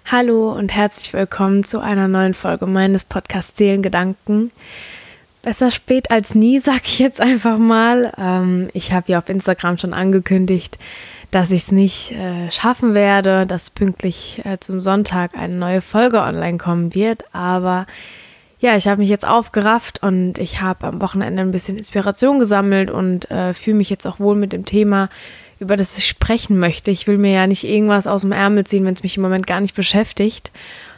Hallo und herzlich willkommen zu einer neuen Folge meines Podcasts Seelengedanken. Besser spät als nie, sag ich jetzt einfach mal. Ich habe ja auf Instagram schon angekündigt, dass ich es nicht schaffen werde, dass pünktlich zum Sonntag eine neue Folge online kommen wird. Aber ja, ich habe mich jetzt aufgerafft und ich habe am Wochenende ein bisschen Inspiration gesammelt und fühle mich jetzt auch wohl mit dem Thema, über das ich sprechen möchte. Ich will mir ja nicht irgendwas aus dem Ärmel ziehen, wenn es mich im Moment gar nicht beschäftigt.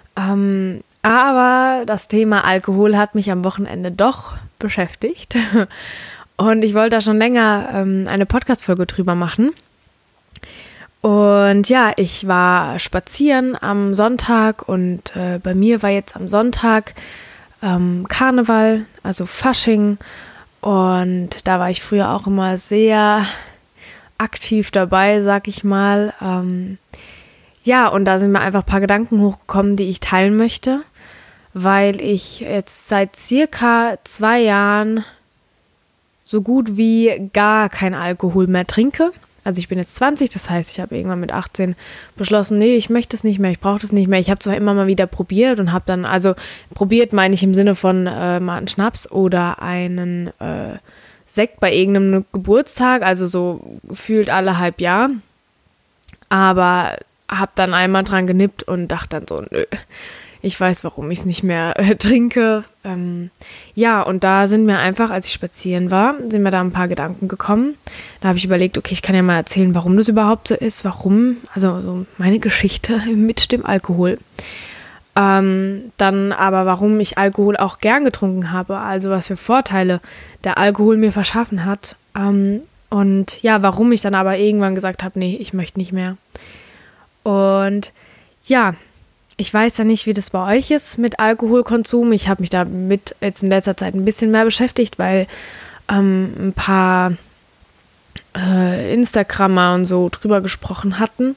Aber das Thema Alkohol hat mich am Wochenende doch beschäftigt. Und ich wollte da schon länger eine Podcast-Folge drüber machen. Und ja, ich war spazieren am Sonntag und bei mir war jetzt am Sonntag Karneval, also Fasching. Und da war ich früher auch immer sehr aktiv dabei, sag ich mal. Ja, und da sind mir einfach ein paar Gedanken hochgekommen, die ich teilen möchte, weil ich jetzt seit circa 2 Jahren so gut wie gar kein Alkohol mehr trinke. Also ich bin jetzt 20, das heißt, ich habe irgendwann mit 18 beschlossen, nee, ich möchte es nicht mehr, ich brauche das nicht mehr. Ich habe zwar immer mal wieder probiert und habe dann, also probiert meine ich im Sinne von mal einen Schnaps oder einen Sekt bei irgendeinem Geburtstag, also so gefühlt alle halb Jahr. Aber habe dann einmal dran genippt und dachte dann so, nö, ich weiß, warum ich es nicht mehr trinke. Ja, und da sind mir einfach, als ich spazieren war, sind mir da ein paar Gedanken gekommen. Da habe ich überlegt, okay, ich kann ja mal erzählen, warum das überhaupt so ist, also so meine Geschichte mit dem Alkohol. Dann aber, warum ich Alkohol auch gern getrunken habe, also was für Vorteile der Alkohol mir verschaffen hat. Und ja, warum ich dann aber irgendwann gesagt habe, nee, ich möchte nicht mehr. Und ja, ich weiß ja nicht, wie das bei euch ist mit Alkoholkonsum. Ich habe mich damit jetzt in letzter Zeit ein bisschen mehr beschäftigt, weil ein paar Instagrammer und so drüber gesprochen hatten.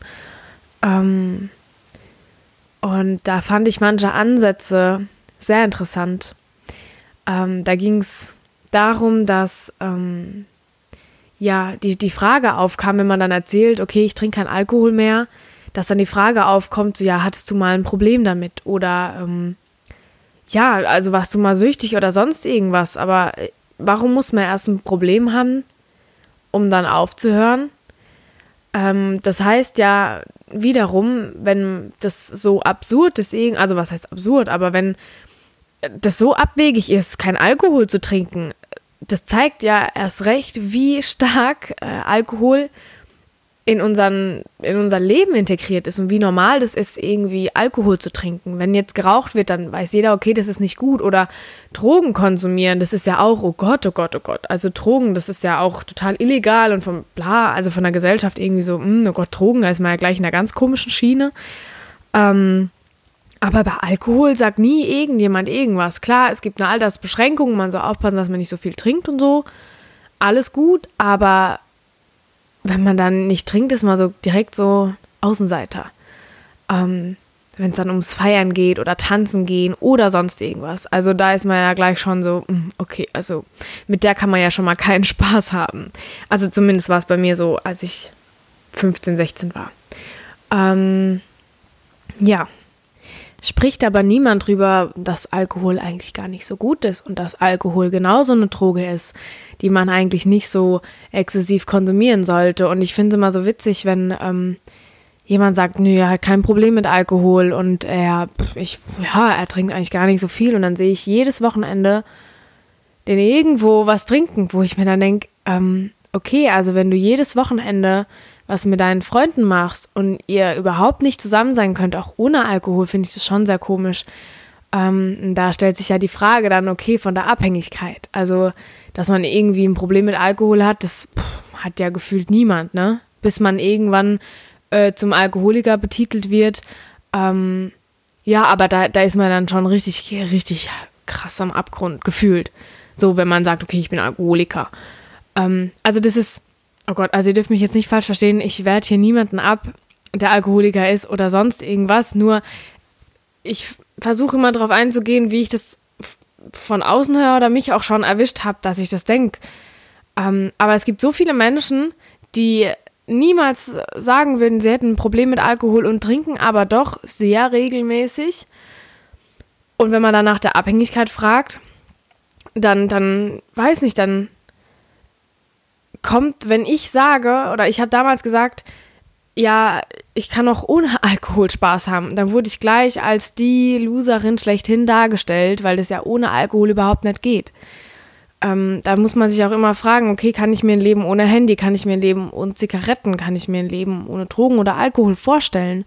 Und da fand ich manche Ansätze sehr interessant. Da ging es darum, dass die Frage aufkam, wenn man dann erzählt, okay, ich trinke keinen Alkohol mehr, dass dann die Frage aufkommt, so, ja, hattest du mal ein Problem damit? Oder also warst du mal süchtig oder sonst irgendwas? Aber warum muss man erst ein Problem haben, um dann aufzuhören? Das heißt ja wiederum, wenn das so absurd ist, also was heißt absurd, aber wenn das so abwegig ist, kein Alkohol zu trinken, das zeigt ja erst recht, wie stark Alkohol in unser Leben integriert ist und wie normal das ist, irgendwie Alkohol zu trinken. Wenn jetzt geraucht wird, dann weiß jeder, okay, das ist nicht gut. Oder Drogen konsumieren, das ist ja auch, oh Gott, oh Gott, oh Gott. Also Drogen, das ist ja auch total illegal und von der Gesellschaft irgendwie so, oh Gott, Drogen, da ist man ja gleich in einer ganz komischen Schiene. Aber bei Alkohol sagt nie irgendjemand irgendwas. Klar, es gibt eine Altersbeschränkung, man soll aufpassen, dass man nicht so viel trinkt und so. Alles gut, aber wenn man dann nicht trinkt, ist man so direkt so Außenseiter. Wenn es dann ums Feiern geht oder Tanzen gehen oder sonst irgendwas. Also da ist man ja gleich schon so, okay, also mit der kann man ja schon mal keinen Spaß haben. Also zumindest war es bei mir so, als ich 15, 16 war. Ja. Spricht aber niemand drüber, dass Alkohol eigentlich gar nicht so gut ist und dass Alkohol genauso eine Droge ist, die man eigentlich nicht so exzessiv konsumieren sollte. Und ich finde es immer so witzig, wenn jemand sagt, nö, er hat kein Problem mit Alkohol und er trinkt eigentlich gar nicht so viel. Und dann sehe ich jedes Wochenende den irgendwo was trinken, wo ich mir dann denke, okay, also wenn du jedes Wochenende was mit deinen Freunden machst und ihr überhaupt nicht zusammen sein könnt, auch ohne Alkohol, finde ich das schon sehr komisch. Da stellt sich ja die Frage dann, okay, von der Abhängigkeit. Also, dass man irgendwie ein Problem mit Alkohol hat, das hat ja gefühlt niemand, ne? Bis man irgendwann zum Alkoholiker betitelt wird. Aber da ist man dann schon richtig, richtig krass am Abgrund gefühlt. So, wenn man sagt, okay, ich bin Alkoholiker. Also das ist, oh Gott, also ihr dürft mich jetzt nicht falsch verstehen, ich werte hier niemanden ab, der Alkoholiker ist oder sonst irgendwas, nur ich versuche immer darauf einzugehen, wie ich das von außen höre oder mich auch schon erwischt habe, dass ich das denke. Aber es gibt so viele Menschen, die niemals sagen würden, sie hätten ein Problem mit Alkohol und trinken, aber doch sehr regelmäßig. Und wenn man dann nach der Abhängigkeit fragt, dann weiß nicht, dann kommt, wenn ich sage, oder ich habe damals gesagt, ja, ich kann auch ohne Alkohol Spaß haben, dann wurde ich gleich als die Loserin schlechthin dargestellt, weil das ja ohne Alkohol überhaupt nicht geht. Da muss man sich auch immer fragen, okay, kann ich mir ein Leben ohne Handy, kann ich mir ein Leben ohne Zigaretten, kann ich mir ein Leben ohne Drogen oder Alkohol vorstellen?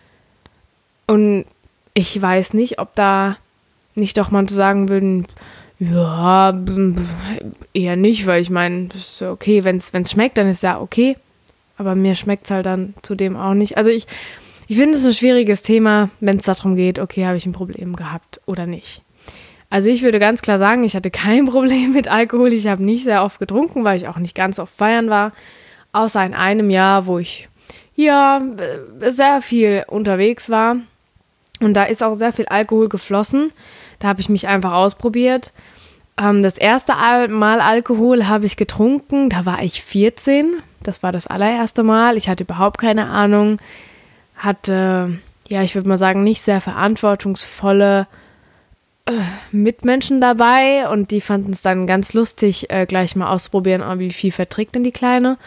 Und ich weiß nicht, ob da nicht doch manche sagen würden, ja, eher nicht, weil ich meine, das ist ja okay, wenn es schmeckt, dann ist ja okay, aber mir schmeckt es halt dann zudem auch nicht. Also ich finde es ein schwieriges Thema, wenn es darum geht, okay, habe ich ein Problem gehabt oder nicht. Also ich würde ganz klar sagen, ich hatte kein Problem mit Alkohol. Ich habe nicht sehr oft getrunken, weil ich auch nicht ganz oft feiern war. Außer in einem Jahr, wo ich ja sehr viel unterwegs war. Und da ist auch sehr viel Alkohol geflossen. Da habe ich mich einfach ausprobiert. Das erste Mal Alkohol habe ich getrunken, da war ich 14. Das war das allererste Mal. Ich hatte überhaupt keine Ahnung. Hatte, ja, ich würde mal sagen, nicht sehr verantwortungsvolle Mitmenschen dabei und die fanden es dann ganz lustig, gleich mal ausprobieren, wie viel verträgt denn die Kleine.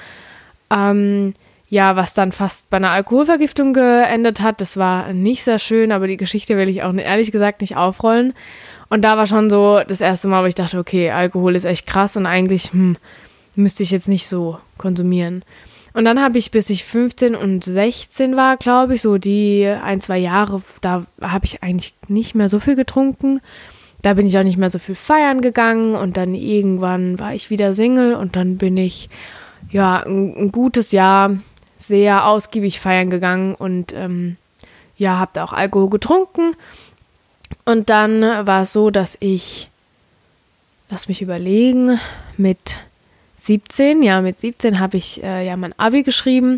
Ja, was dann fast bei einer Alkoholvergiftung geendet hat, das war nicht sehr schön, aber die Geschichte will ich auch ehrlich gesagt nicht aufrollen. Und da war schon so das erste Mal, wo ich dachte, okay, Alkohol ist echt krass und eigentlich müsste ich jetzt nicht so konsumieren. Und dann habe ich, bis ich 15 und 16 war, glaube ich, so die 1-2 Jahre, da habe ich eigentlich nicht mehr so viel getrunken. Da bin ich auch nicht mehr so viel feiern gegangen und dann irgendwann war ich wieder Single und dann bin ich ja ein gutes Jahr sehr ausgiebig feiern gegangen und ja, habe da auch Alkohol getrunken. Und dann war es so, dass ich, lass mich überlegen, mit 17 habe ich ja mein Abi geschrieben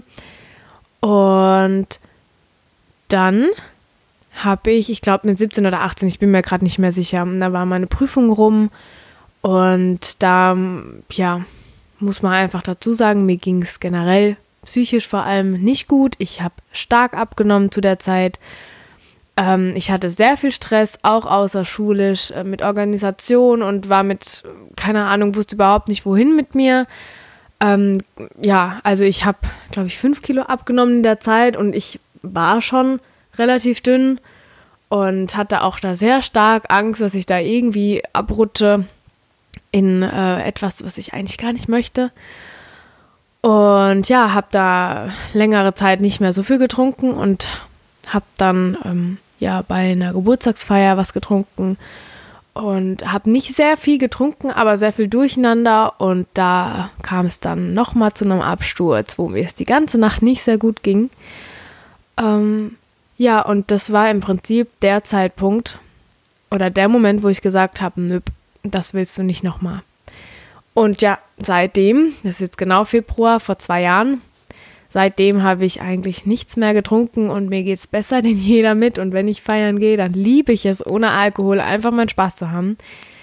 und dann habe ich glaube mit 17 oder 18, ich bin mir gerade nicht mehr sicher, da war meine Prüfung rum und da, ja, muss man einfach dazu sagen, mir ging es generell psychisch vor allem nicht gut. Ich habe stark abgenommen zu der Zeit. Ich hatte sehr viel Stress, auch außerschulisch, mit Organisation und war mit, keine Ahnung, wusste überhaupt nicht, wohin mit mir. Ja, also ich habe, glaube ich, 5 Kilo abgenommen in der Zeit und ich war schon relativ dünn und hatte auch da sehr stark Angst, dass ich da irgendwie abrutsche in etwas, was ich eigentlich gar nicht möchte. Und ja, habe da längere Zeit nicht mehr so viel getrunken und habe dann ja bei einer Geburtstagsfeier was getrunken und habe nicht sehr viel getrunken, aber sehr viel durcheinander und da kam es dann nochmal zu einem Absturz, wo mir es die ganze Nacht nicht sehr gut ging. Ja, und das war im Prinzip der Zeitpunkt oder der Moment, wo ich gesagt habe, nö, das willst du nicht nochmal. Und ja, seitdem, das ist jetzt genau Februar, vor 2 Jahren, seitdem habe ich eigentlich nichts mehr getrunken und mir geht's besser denn je damit. Und wenn ich feiern gehe, dann liebe ich es, ohne Alkohol einfach meinen Spaß zu haben.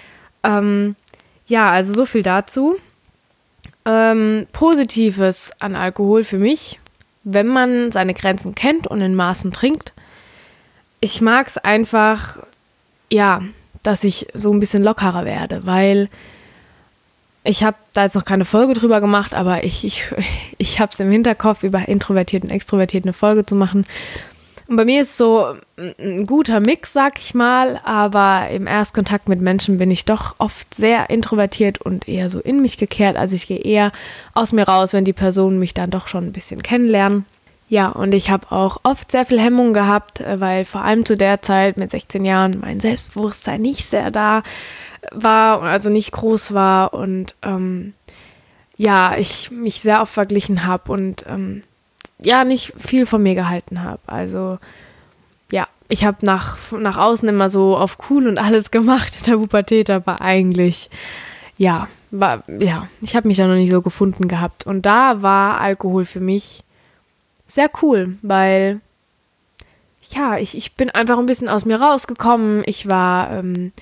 Ja, also so viel dazu. Positives an Alkohol für mich, wenn man seine Grenzen kennt und in Maßen trinkt. Ich mag es einfach, ja, dass ich so ein bisschen lockerer werde, weil ich habe da jetzt noch keine Folge drüber gemacht, aber ich habe es im Hinterkopf, über introvertiert und extrovertiert eine Folge zu machen. Und bei mir ist so ein guter Mix, sag ich mal, aber im Erstkontakt mit Menschen bin ich doch oft sehr introvertiert und eher so in mich gekehrt. Also ich gehe eher aus mir raus, wenn die Personen mich dann doch schon ein bisschen kennenlernen. Ja, und ich habe auch oft sehr viel Hemmung gehabt, weil vor allem zu der Zeit mit 16 Jahren mein Selbstbewusstsein nicht sehr da war, also nicht groß war und ja, ich mich sehr oft verglichen habe und ja, nicht viel von mir gehalten habe. Also ja, ich habe nach außen immer so auf cool und alles gemacht in der Pubertät, aber eigentlich, ich habe mich da noch nicht so gefunden gehabt. Und da war Alkohol für mich sehr cool, weil ja, ich bin einfach ein bisschen aus mir rausgekommen. Ich war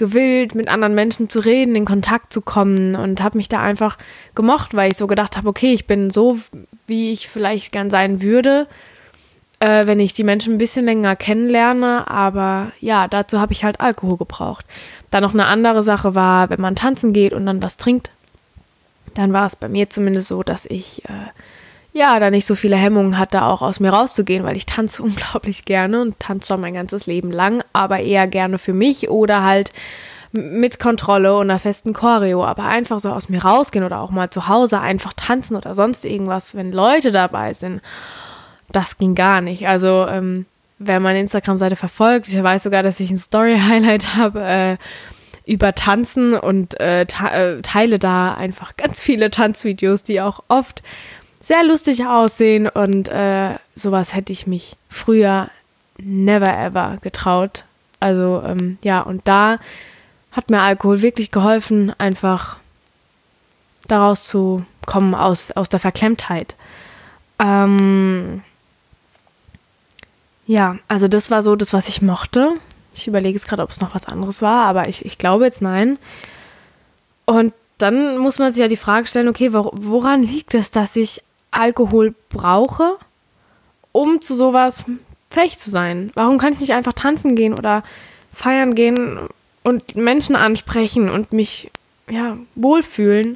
gewillt, mit anderen Menschen zu reden, in Kontakt zu kommen und habe mich da einfach gemocht, weil ich so gedacht habe, okay, ich bin so, wie ich vielleicht gern sein würde, wenn ich die Menschen ein bisschen länger kennenlerne, aber ja, dazu habe ich halt Alkohol gebraucht. Dann noch eine andere Sache war, wenn man tanzen geht und dann was trinkt, dann war es bei mir zumindest so, dass ich da nicht so viele Hemmungen hatte, auch aus mir rauszugehen, weil ich tanze unglaublich gerne und tanze schon mein ganzes Leben lang, aber eher gerne für mich oder halt mit Kontrolle und einer festen Choreo, aber einfach so aus mir rausgehen oder auch mal zu Hause einfach tanzen oder sonst irgendwas, wenn Leute dabei sind. Das ging gar nicht. Also, wer meine Instagram-Seite verfolgt, ich weiß sogar, dass ich ein Story-Highlight habe über Tanzen und teile da einfach ganz viele Tanzvideos, die auch oft sehr lustig aussehen und sowas hätte ich mich früher never ever getraut. Also, und da hat mir Alkohol wirklich geholfen, einfach daraus zu kommen aus der Verklemmtheit. Also das war so das, was ich mochte. Ich überlege jetzt gerade, ob es noch was anderes war, aber ich glaube jetzt nein. Und dann muss man sich ja die Frage stellen, okay, woran liegt es, dass ich Alkohol brauche, um zu sowas fähig zu sein? Warum kann ich nicht einfach tanzen gehen oder feiern gehen und Menschen ansprechen und mich wohlfühlen,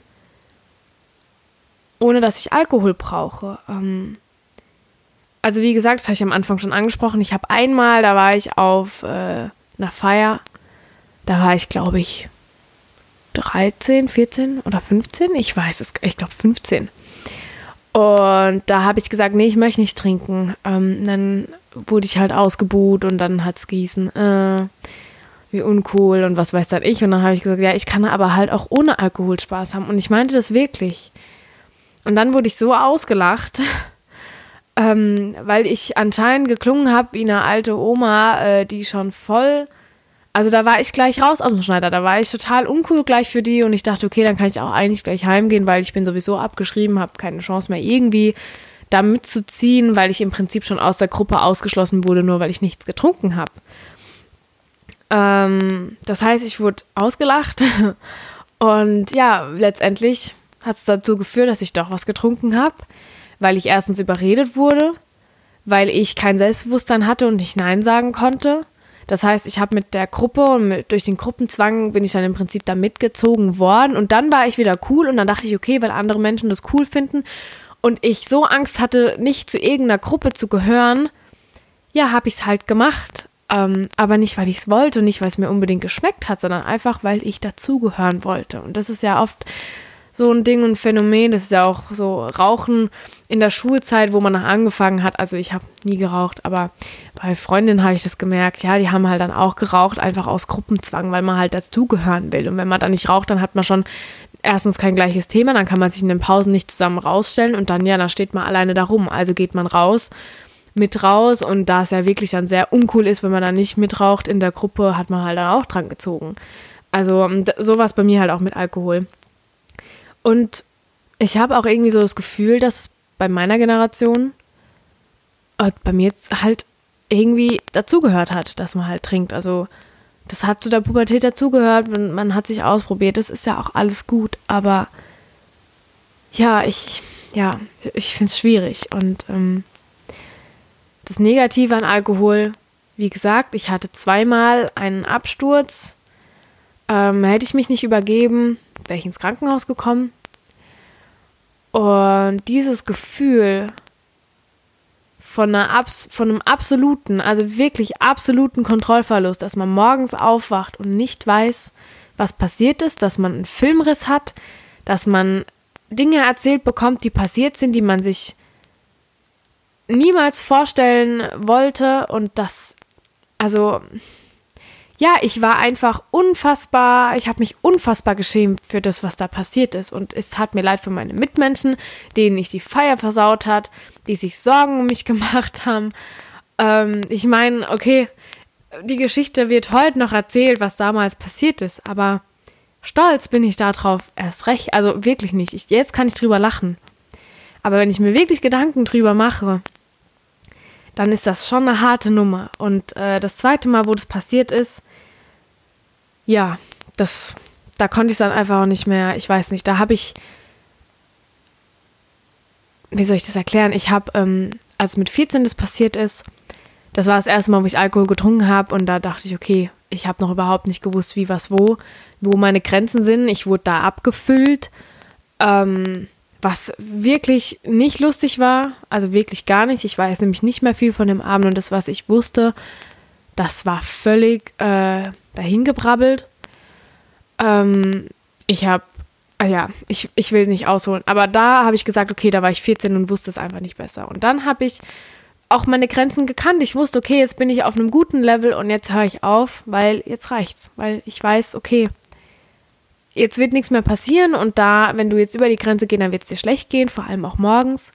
ohne dass ich Alkohol brauche? Also wie gesagt, das habe ich am Anfang schon angesprochen. Ich habe einmal, da war ich auf einer Feier, da war ich, glaube ich, 13, 14 oder 15, ich glaube 15. Und da habe ich gesagt, nee, ich möchte nicht trinken. Dann wurde ich halt ausgebuht und dann hat es gehießen, wie uncool und was weiß dann ich. Und dann habe ich gesagt, ja, ich kann aber halt auch ohne Alkohol Spaß haben. Und ich meinte das wirklich. Und dann wurde ich so ausgelacht, weil ich anscheinend geklungen habe wie eine alte Oma, die schon voll, also da war ich gleich raus aus dem Schneider, da war ich total uncool gleich für die und ich dachte, okay, dann kann ich auch eigentlich gleich heimgehen, weil ich bin sowieso abgeschrieben, habe keine Chance mehr irgendwie da mitzuziehen, weil ich im Prinzip schon aus der Gruppe ausgeschlossen wurde, nur weil ich nichts getrunken habe. Das heißt, ich wurde ausgelacht und ja, letztendlich hat es dazu geführt, dass ich doch was getrunken habe, weil ich erstens überredet wurde, weil ich kein Selbstbewusstsein hatte und nicht Nein sagen konnte. Das heißt, ich habe mit der Gruppe und durch den Gruppenzwang bin ich dann im Prinzip da mitgezogen worden und dann war ich wieder cool und dann dachte ich, okay, weil andere Menschen das cool finden und ich so Angst hatte, nicht zu irgendeiner Gruppe zu gehören, ja, habe ich es halt gemacht. Aber nicht, weil ich es wollte und nicht, weil es mir unbedingt geschmeckt hat, sondern einfach, weil ich dazugehören wollte. Und das ist ja oft so ein Ding und ein Phänomen, das ist ja auch so Rauchen in der Schulzeit, wo man noch angefangen hat. Also ich habe nie geraucht, aber bei Freundinnen habe ich das gemerkt, ja, die haben halt dann auch geraucht, einfach aus Gruppenzwang, weil man halt dazugehören will. Und wenn man dann nicht raucht, dann hat man schon erstens kein gleiches Thema, dann kann man sich in den Pausen nicht zusammen rausstellen und dann, ja, dann steht man alleine da rum. Also geht man mit raus und da es ja wirklich dann sehr uncool ist, wenn man dann nicht mitraucht in der Gruppe, hat man halt dann auch dran gezogen. Also sowas bei mir halt auch mit Alkohol. Und ich habe auch irgendwie so das Gefühl, dass bei meiner Generation bei mir jetzt halt irgendwie dazugehört hat, dass man halt trinkt. Also das hat zu der Pubertät dazugehört, man hat sich ausprobiert, das ist ja auch alles gut, aber ja, ich finde es schwierig. Und das Negative an Alkohol, wie gesagt, ich hatte zweimal einen Absturz, hätte ich mich nicht übergeben, wäre ich ins Krankenhaus gekommen. Und dieses Gefühl von einem absoluten, also wirklich absoluten Kontrollverlust, dass man morgens aufwacht und nicht weiß, was passiert ist, dass man einen Filmriss hat, dass man Dinge erzählt bekommt, die passiert sind, die man sich niemals vorstellen wollte und das, also ja, ich war einfach ich habe mich unfassbar geschämt für das, was da passiert ist und es tat mir leid für meine Mitmenschen, denen ich die Feier versaut hat, die sich Sorgen um mich gemacht haben. Ich meine, okay, die Geschichte wird heute noch erzählt, was damals passiert ist, aber stolz bin ich darauf erst recht, also wirklich nicht. Jetzt kann ich drüber lachen, aber wenn ich mir wirklich Gedanken drüber mache, dann ist das schon eine harte Nummer. Und das zweite Mal, wo das passiert ist, ja, da konnte ich dann einfach auch nicht mehr, ich weiß nicht, da habe ich, wie soll ich das erklären? Ich habe, als mit 14 das passiert ist, das war das erste Mal, wo ich Alkohol getrunken habe und da dachte ich, okay, ich habe noch überhaupt nicht gewusst, wie, was, wo meine Grenzen sind. Ich wurde da abgefüllt, was wirklich nicht lustig war, also wirklich gar nicht. Ich weiß nämlich nicht mehr viel von dem Abend und das, was ich wusste, das war völlig dahingebrabbelt. Ich will nicht ausholen, aber da habe ich gesagt, okay, da war ich 14 und wusste es einfach nicht besser. Und dann habe ich auch meine Grenzen gekannt. Ich wusste, okay, jetzt bin ich auf einem guten Level und jetzt höre ich auf, weil jetzt reicht's. Weil ich weiß, okay, jetzt wird nichts mehr passieren und da, wenn du jetzt über die Grenze gehst, dann wird es dir schlecht gehen, vor allem auch morgens.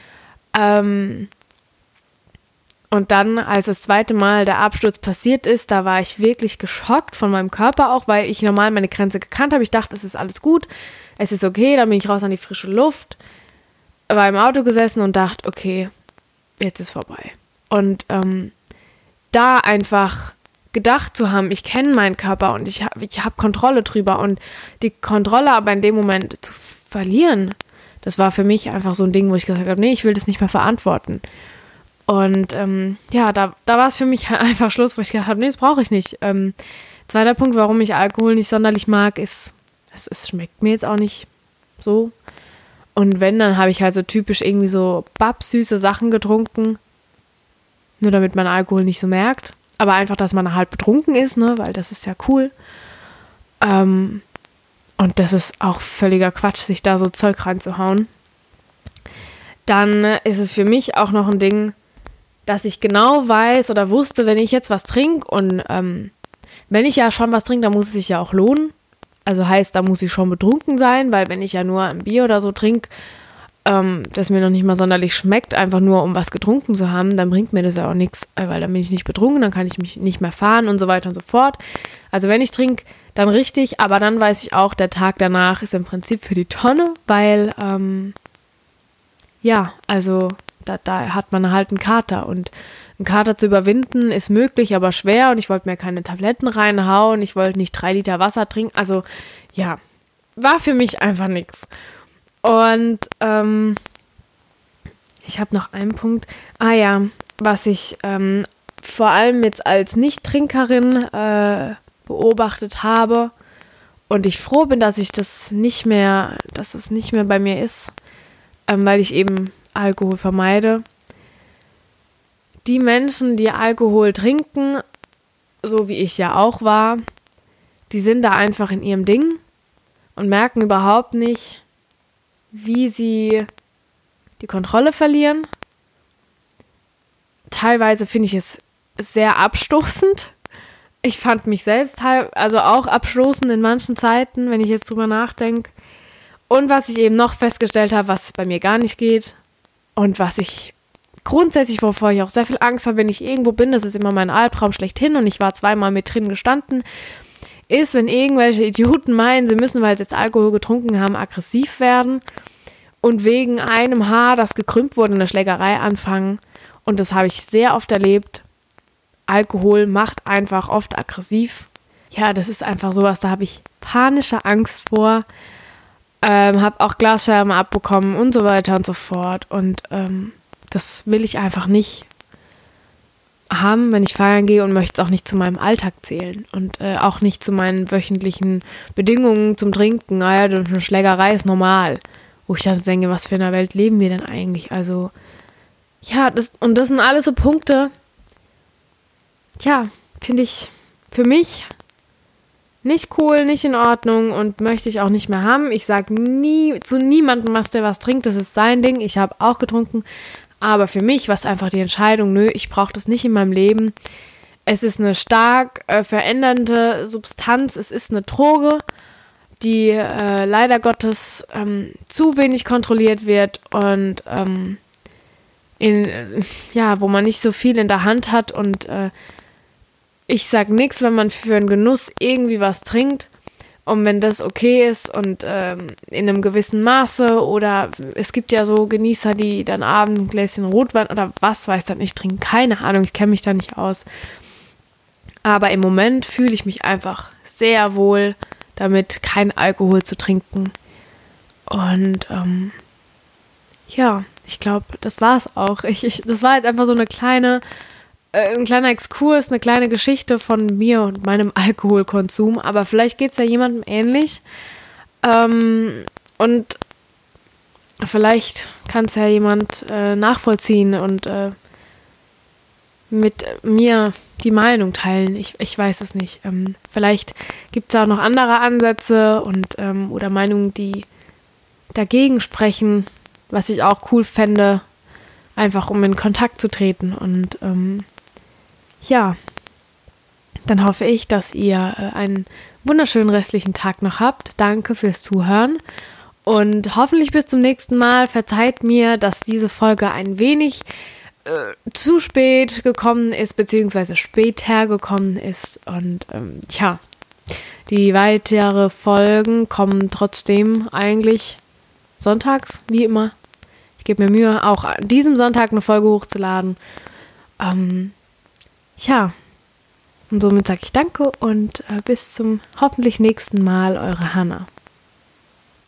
Und dann, als das zweite Mal der Absturz passiert ist, da war ich wirklich geschockt von meinem Körper auch, weil ich normal meine Grenze gekannt habe. Ich dachte, es ist alles gut, es ist okay, dann bin ich raus an die frische Luft, war im Auto gesessen und dachte, okay, jetzt ist vorbei. Und da einfach gedacht zu haben, ich kenne meinen Körper und ich hab Kontrolle drüber und die Kontrolle aber in dem Moment zu verlieren, das war für mich einfach so ein Ding, wo ich gesagt habe, nee, ich will das nicht mehr verantworten. Und da war es für mich halt einfach Schluss, wo ich gedacht habe, nee, das brauche ich nicht. Zweiter Punkt, warum ich Alkohol nicht sonderlich mag, ist, es schmeckt mir jetzt auch nicht so. Und wenn, dann habe ich halt so typisch irgendwie so babsüße Sachen getrunken, nur damit man Alkohol nicht so merkt. Aber einfach, dass man halt betrunken ist, ne, weil das ist ja cool. Und das ist auch völliger Quatsch, sich da so Zeug reinzuhauen. Dann ist es für mich auch noch ein Ding, dass ich genau weiß oder wusste, wenn ich jetzt was trinke und wenn ich ja schon was trinke, dann muss es sich ja auch lohnen. Also heißt, da muss ich schon betrunken sein, weil wenn ich ja nur ein Bier oder so trinke, das mir noch nicht mal sonderlich schmeckt, einfach nur um was getrunken zu haben, dann bringt mir das ja auch nichts, weil dann bin ich nicht betrunken, dann kann ich mich nicht mehr fahren und so weiter und so fort. Also wenn ich trinke, dann richtig, aber dann weiß ich auch, der Tag danach ist im Prinzip für die Tonne, weil da hat man halt einen Kater und einen Kater zu überwinden ist möglich, aber schwer und ich wollte mir keine Tabletten reinhauen, ich wollte nicht 3 Liter Wasser trinken, also ja, war für mich einfach nichts. Und ich habe noch einen Punkt, was ich vor allem jetzt als Nicht-Trinkerin beobachtet habe und ich froh bin, dass es nicht mehr bei mir ist, weil ich eben Alkohol vermeide. Die Menschen, die Alkohol trinken, so wie ich ja auch war, die sind da einfach in ihrem Ding und merken überhaupt nicht, wie sie die Kontrolle verlieren. Teilweise finde ich es sehr abstoßend. Ich fand mich selbst auch abstoßend in manchen Zeiten, wenn ich jetzt drüber nachdenke. Und was ich eben noch festgestellt habe, was bei mir gar nicht geht und was ich grundsätzlich, wovor ich auch sehr viel Angst habe, wenn ich irgendwo bin, das ist immer mein Albtraum schlechthin und ich war 2-mal mit drin gestanden, ist, wenn irgendwelche Idioten meinen, sie müssen, weil sie jetzt Alkohol getrunken haben, aggressiv werden und wegen einem Haar, das gekrümmt wurde, eine Schlägerei anfangen. Und das habe ich sehr oft erlebt. Alkohol macht einfach oft aggressiv. Ja, das ist einfach sowas, da habe ich panische Angst vor. Habe auch Glasscherben abbekommen und so weiter und so fort. Und das will ich einfach nicht haben, wenn ich feiern gehe und möchte es auch nicht zu meinem Alltag zählen. Und auch nicht zu meinen wöchentlichen Bedingungen zum Trinken. Eine Schlägerei ist normal. Wo ich dann denke, was für eine Welt leben wir denn eigentlich? Also, ja, das sind alles so Punkte, finde ich für mich nicht cool, nicht in Ordnung und möchte ich auch nicht mehr haben. Ich sage nie zu niemandem, der was trinkt, das ist sein Ding. Ich habe auch getrunken, aber für mich war es einfach die Entscheidung, ich brauche das nicht in meinem Leben. Es ist eine stark verändernde Substanz, es ist eine Droge, die leider Gottes zu wenig kontrolliert wird und wo man nicht so viel in der Hand hat und ich sag nichts, wenn man für einen Genuss irgendwie was trinkt und wenn das okay ist und in einem gewissen Maße oder es gibt ja so Genießer, die dann abends ein Gläschen Rotwein oder was weiß dann ich trinken, keine Ahnung, ich kenne mich da nicht aus. Aber im Moment fühle ich mich einfach sehr wohl damit, keinen Alkohol zu trinken. Und ja, ich glaube, das war es auch. Das war jetzt einfach so ein kleiner Exkurs, eine kleine Geschichte von mir und meinem Alkoholkonsum. Aber vielleicht geht es ja jemandem ähnlich. Und vielleicht kann es ja jemand nachvollziehen und mit mir die Meinung teilen. Ich weiß es nicht. Vielleicht gibt es auch noch andere Ansätze und oder Meinungen, die dagegen sprechen, was ich auch cool fände, einfach um in Kontakt zu treten. Und ja, dann hoffe ich, dass ihr einen wunderschönen restlichen Tag noch habt. Danke fürs Zuhören und hoffentlich bis zum nächsten Mal. Verzeiht mir, dass diese Folge ein wenig zu spät gekommen ist, beziehungsweise später gekommen ist. Und die weitere Folgen kommen trotzdem eigentlich sonntags, wie immer. Ich gebe mir Mühe, auch an diesem Sonntag eine Folge hochzuladen. Und somit sage ich Danke und bis zum hoffentlich nächsten Mal, eure Hannah.